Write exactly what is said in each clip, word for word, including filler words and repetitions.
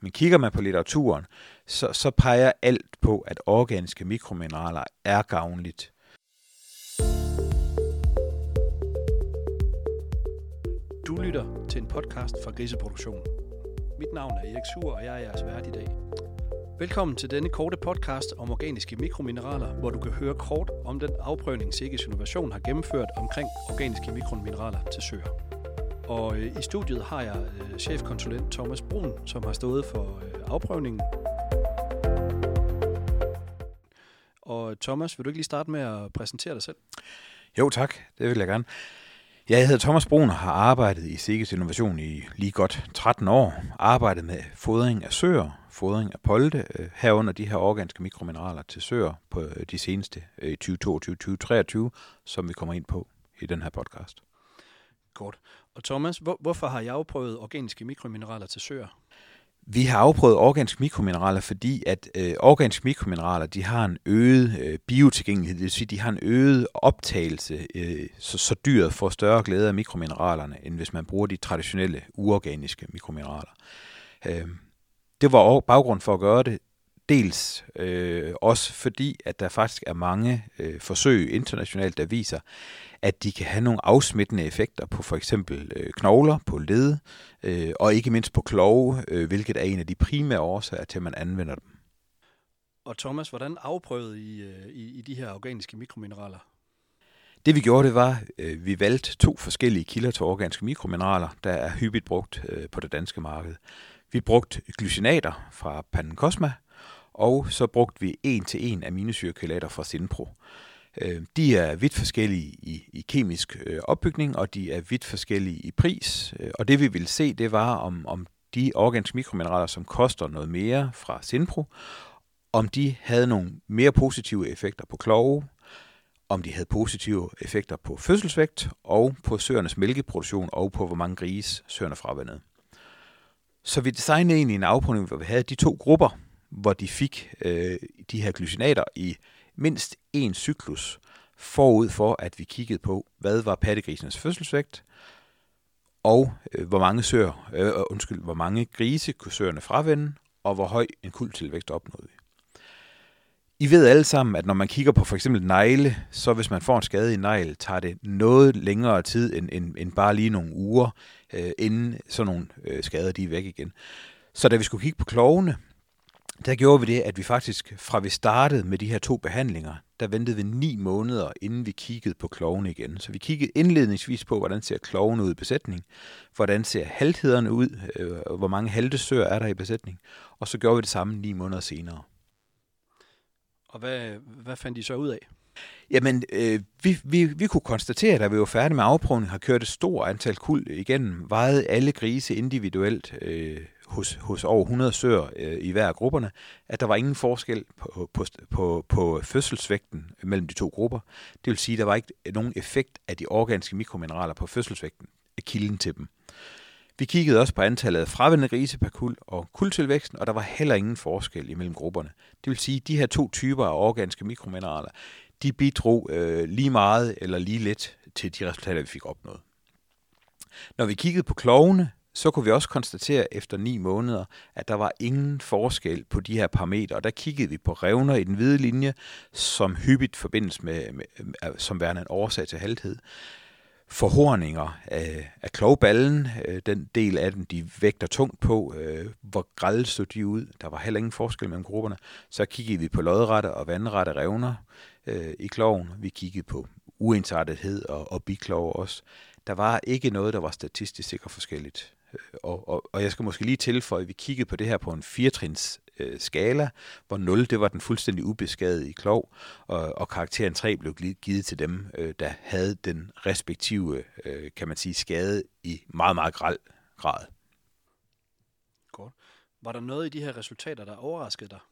Men kigger man på litteraturen, så, så peger alt på, at organiske mikromineraler er gavnligt. Du lytter til en podcast fra Griseproduktion. Mit navn er Erik Suhr, og jeg er jeres vært i dag. Velkommen til denne korte podcast om organiske mikromineraler, hvor du kan høre kort om den afprøvning, Sikkes Innovation har gennemført omkring organiske mikromineraler til søer. Og øh, i studiet har jeg øh, chefkonsulent Thomas Brun, som har stået for øh, afprøvningen. Og Thomas, vil du ikke lige starte med at præsentere dig selv? Jo tak, det vil jeg gerne. Jeg hedder Thomas Brun og har arbejdet i Sikkes Innovation i lige godt tretten år. Arbejdet med fodring af søer, fodring af polte, herunder de her organiske mikromineraler til søer på de seneste i tyve toogtyve til tyve treogtyve, som vi kommer ind på i den her podcast. Godt. Og Thomas, hvor, hvorfor har jeg afprøvet organiske mikromineraler til søer? Vi har afprøvet organiske mikromineraler, fordi at øh, organiske mikromineraler de har en øget øh, biotilgængelighed, det vil sige, de har en øget optagelse, øh, så, så dyret får større glæde af mikromineralerne, end hvis man bruger de traditionelle uorganiske mikromineraler. Øh, det var baggrund for at gøre det, dels øh, også fordi, at der faktisk er mange øh, forsøg internationalt, der viser, at de kan have nogle afsmittende effekter på for eksempel øh, knogler, på led, øh, og ikke mindst på klove, øh, hvilket er en af de primære årsager til, at man anvender dem. Og Thomas, hvordan afprøvede I, i, i de her organiske mikromineraler? Det vi gjorde, det var, at vi valgte to forskellige kilder til organiske mikromineraler, der er hyppigt brugt øh, på det danske marked. Vi brugte glycinater fra Pancosma, og så brugte vi en til en aminosyrekelater fra Zinpro. De er vidt forskellige i, i kemisk øh, opbygning, og de er vidt forskellige i pris. Og det vi ville se, det var, om, om de organiske mikromineraler, som koster noget mere fra Zinpro, om de havde nogle mere positive effekter på klove, om de havde positive effekter på fødselsvægt, og på søernes mælkeproduktion, og på hvor mange grise søerne fravandede. Så vi designede egentlig en afprøvning, hvor vi havde de to grupper, hvor de fik øh, de her glycinater i mindst én cyklus forud for, at vi kiggede på, hvad var pattegrisenes fødselsvægt, og øh, hvor mange søer, øh, undskyld, hvor mange grise kunne søerne fravænde, og hvor høj en kuldtilvækst opnåede vi. I ved alle sammen, at når man kigger på for eksempel negle, så hvis man får en skade i negl, tager det noget længere tid end, end, end bare lige nogle uger, øh, inden sådan nogle øh, skader de er væk igen. Så da vi skulle kigge på klovene, der gjorde vi det, at vi faktisk, fra vi startede med de her to behandlinger, der ventede vi ni måneder, inden vi kiggede på klovene igen. Så vi kiggede indledningsvis på, hvordan ser klovene ud i besætning, hvordan ser halthederne ud, øh, hvor mange haltesøer er der i besætning, og så gjorde vi det samme ni måneder senere. Og hvad, hvad fandt I så ud af? Jamen, øh, vi, vi, vi kunne konstatere, da vi var færdige med afprøvningen, har kørt et stort antal kuld igennem, vejede alle grise individuelt øh, hos, hos over hundrede søer øh, i hver af grupperne, at der var ingen forskel på, på, på, på fødselsvægten mellem de to grupper. Det vil sige, at der var ikke nogen effekt af de organiske mikromineraler på fødselsvægten, kilden til dem. Vi kiggede også på antallet af fraværende grise per kuld og kuldtilvæksten, og der var heller ingen forskel imellem grupperne. Det vil sige, at de her to typer af organiske mikromineraler, de bidrog øh, lige meget eller lige lidt til de resultater, vi fik opnået. Når vi kiggede på klovene, så kunne vi også konstatere efter ni måneder, at der var ingen forskel på de her parametre. Og der kiggede vi på revner i den hvide linje, som hyppigt forbindes med, med, med som værende en årsag til halthed. Forhorninger af, af klovballen, øh, den del af den, de vægter tungt på, øh, hvor grælde så de ud. Der var heller ingen forskel mellem grupperne. Så kiggede vi på lodrette og vandrette revner øh, i kloven. Vi kiggede på uensartethed og, og biklov også. Der var ikke noget, der var statistisk sikkert forskelligt. Og, og, og jeg skal måske lige tilføje, at vi kiggede på det her på en firetrins øh, skala, hvor nul det var den fuldstændig ubeskadigede klov, og, og karakteren tre blev givet til dem, øh, der havde den respektive, øh, kan man sige, skade i meget, meget grad. grad. Godt. Var der noget i de her resultater, der overraskede dig?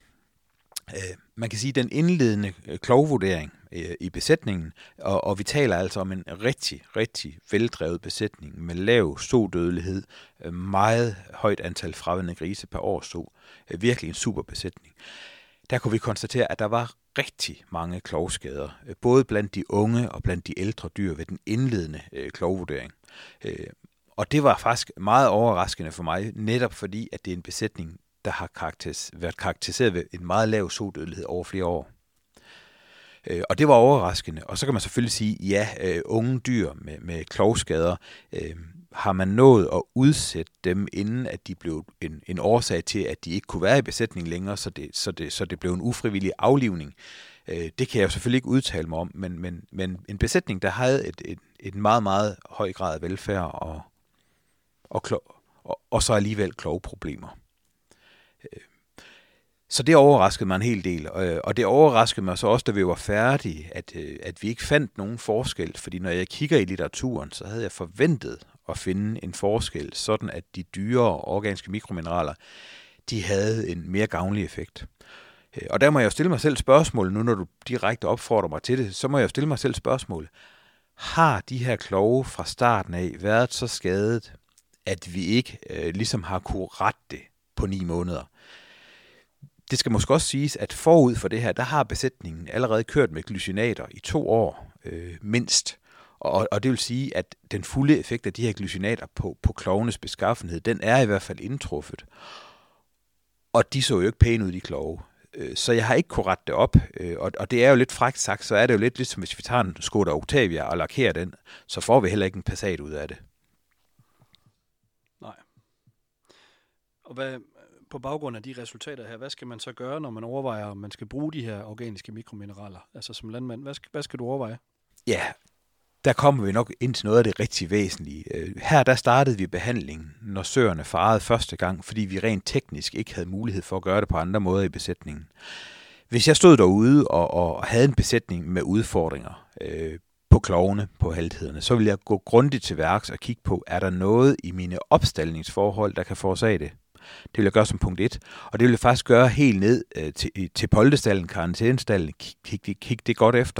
Man kan sige, at den indledende klovvurdering i besætningen, og, og vi taler altså om en rigtig, rigtig veldrevet besætning med lav sodødelighed, meget højt antal fraværende grise per år så, virkelig en super besætning. Der kunne vi konstatere, at der var rigtig mange klovskader, både blandt de unge og blandt de ældre dyr ved den indledende klovvurdering. og det var faktisk meget overraskende for mig, netop fordi, at det er en besætning, der har karakteris- været karakteriseret ved en meget lav sodødelighed over flere år. Øh, og det var overraskende. Og så kan man selvfølgelig sige, ja, øh, unge dyr med, med klovskader, øh, har man nået at udsætte dem, inden at de blev en, en årsag til, at de ikke kunne være i besætning længere, så det, så det, så det blev en ufrivillig aflivning. Øh, det kan jeg jo selvfølgelig ikke udtale mig om, men, men, men en besætning, der havde et, et, et meget, meget høj grad af velfærd og, og, klo- og, og så alligevel klovproblemer. Øh, Så det overraskede mig en hel del, og det overraskede mig så også, da vi var færdige, at, at vi ikke fandt nogen forskel, fordi når jeg kigger i litteraturen, så havde jeg forventet at finde en forskel, sådan at de dyre organiske mikromineraler, de havde en mere gavnlig effekt. Og der må jeg jo stille mig selv spørgsmål, nu når du direkte opfordrer mig til det, så må jeg jo stille mig selv spørgsmål. Har de her klove fra starten af været så skadet, at vi ikke øh, ligesom har kunne rette det på ni måneder? Det skal måske også siges, at forud for det her, der har besætningen allerede kørt med glycinater i to år øh, mindst. Og, og det vil sige, at den fulde effekt af de her glycinater på, på klovenes beskaffenhed, den er i hvert fald indtruffet. Og de så jo ikke pæne ud, de klove. Så jeg har ikke kunne rette det op, og, og det er jo lidt frækt sagt, så er det jo lidt ligesom hvis vi tager en Skoda Octavia og lakerer den, så får vi heller ikke en Passat ud af det. Nej. Og hvad, på baggrund af de resultater her, hvad skal man så gøre, når man overvejer, om man skal bruge de her organiske mikromineraler? Altså som landmand, hvad skal, hvad skal du overveje? Ja, der kommer vi nok ind til noget af det rigtig væsentlige. Her der startede vi behandlingen, når søerne farede første gang, fordi vi rent teknisk ikke havde mulighed for at gøre det på andre måder i besætningen. Hvis jeg stod derude og, og havde en besætning med udfordringer øh, på klovene, på halthederne, så ville jeg gå grundigt til værks og kigge på, er der noget i mine opstaldningsforhold, der kan forårsage det. Det vil jeg gøre som punkt et, og det vil jeg faktisk gøre helt ned øh, til, til poltestallen, karantænestallen, kig, kig, kig det godt efter.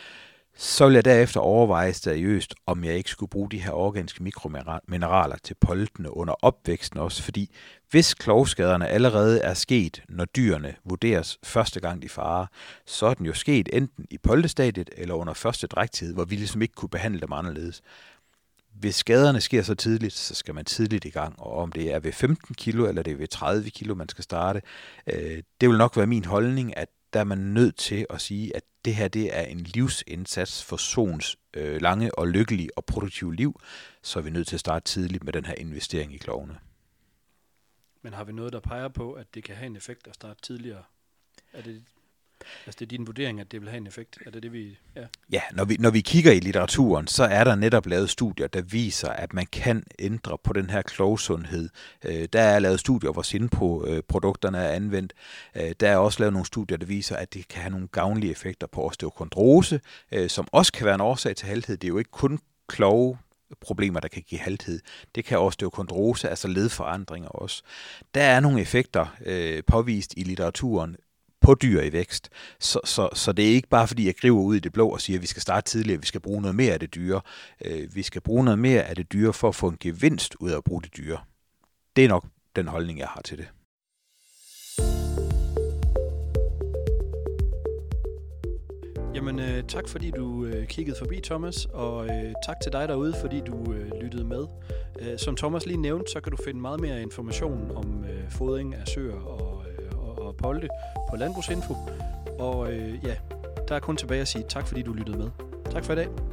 Så vil jeg derefter overveje seriøst, om jeg ikke skulle bruge de her organiske mikromineraler til poltene under opvæksten også, fordi hvis klovskaderne allerede er sket, når dyrene vurderes første gang de farer, så er den jo sket enten i poltestadiet eller under første drægtighed, hvor vi ligesom ikke kunne behandle dem anderledes. Hvis skaderne sker så tidligt, så skal man tidligt i gang, og om det er ved femten kilo eller det er ved tredive kilo, man skal starte, øh, det vil nok være min holdning, at der er man nødt til at sige, at det her det er en livsindsats for soens øh, lange og lykkelige og produktive liv, så er vi nødt til at starte tidligt med den her investering i klovene. Men har vi noget, der peger på, at det kan have en effekt at starte tidligere? Er det, altså det er din vurdering, at det vil have en effekt? Er det det, vi... Ja, ja når, vi, når vi kigger i litteraturen, så er der netop lavet studier, der viser, at man kan ændre på den her klovsundhed. Øh, der er lavet studier, hvor Zinpro-produkterne er anvendt. Øh, der er også lavet nogle studier, der viser, at det kan have nogle gavnlige effekter på osteokondrose, øh, som også kan være en årsag til halthed. Det er jo ikke kun klove problemer, der kan give halthed. Det kan osteokondrose, altså ledforandringer også. Der er nogle effekter øh, påvist i litteraturen på dyr i vækst. Så, så, så det er ikke bare fordi, jeg griber ud i det blå og siger, at vi skal starte tidligere, vi skal bruge noget mere af det dyre. Øh, vi skal bruge noget mere af det dyre for at få en gevinst ud af at bruge det dyre. Det er nok den holdning, jeg har til det. Jamen øh, tak fordi du øh, kiggede forbi, Thomas, og øh, tak til dig derude, fordi du øh, lyttede med. Øh, som Thomas lige nævnte, så kan du finde meget mere information om øh, fodring af søer og, øh, og, og polte på Landbrugsinfo. Og øh, ja, der er kun tilbage at sige tak fordi du lyttede med. Tak for i dag.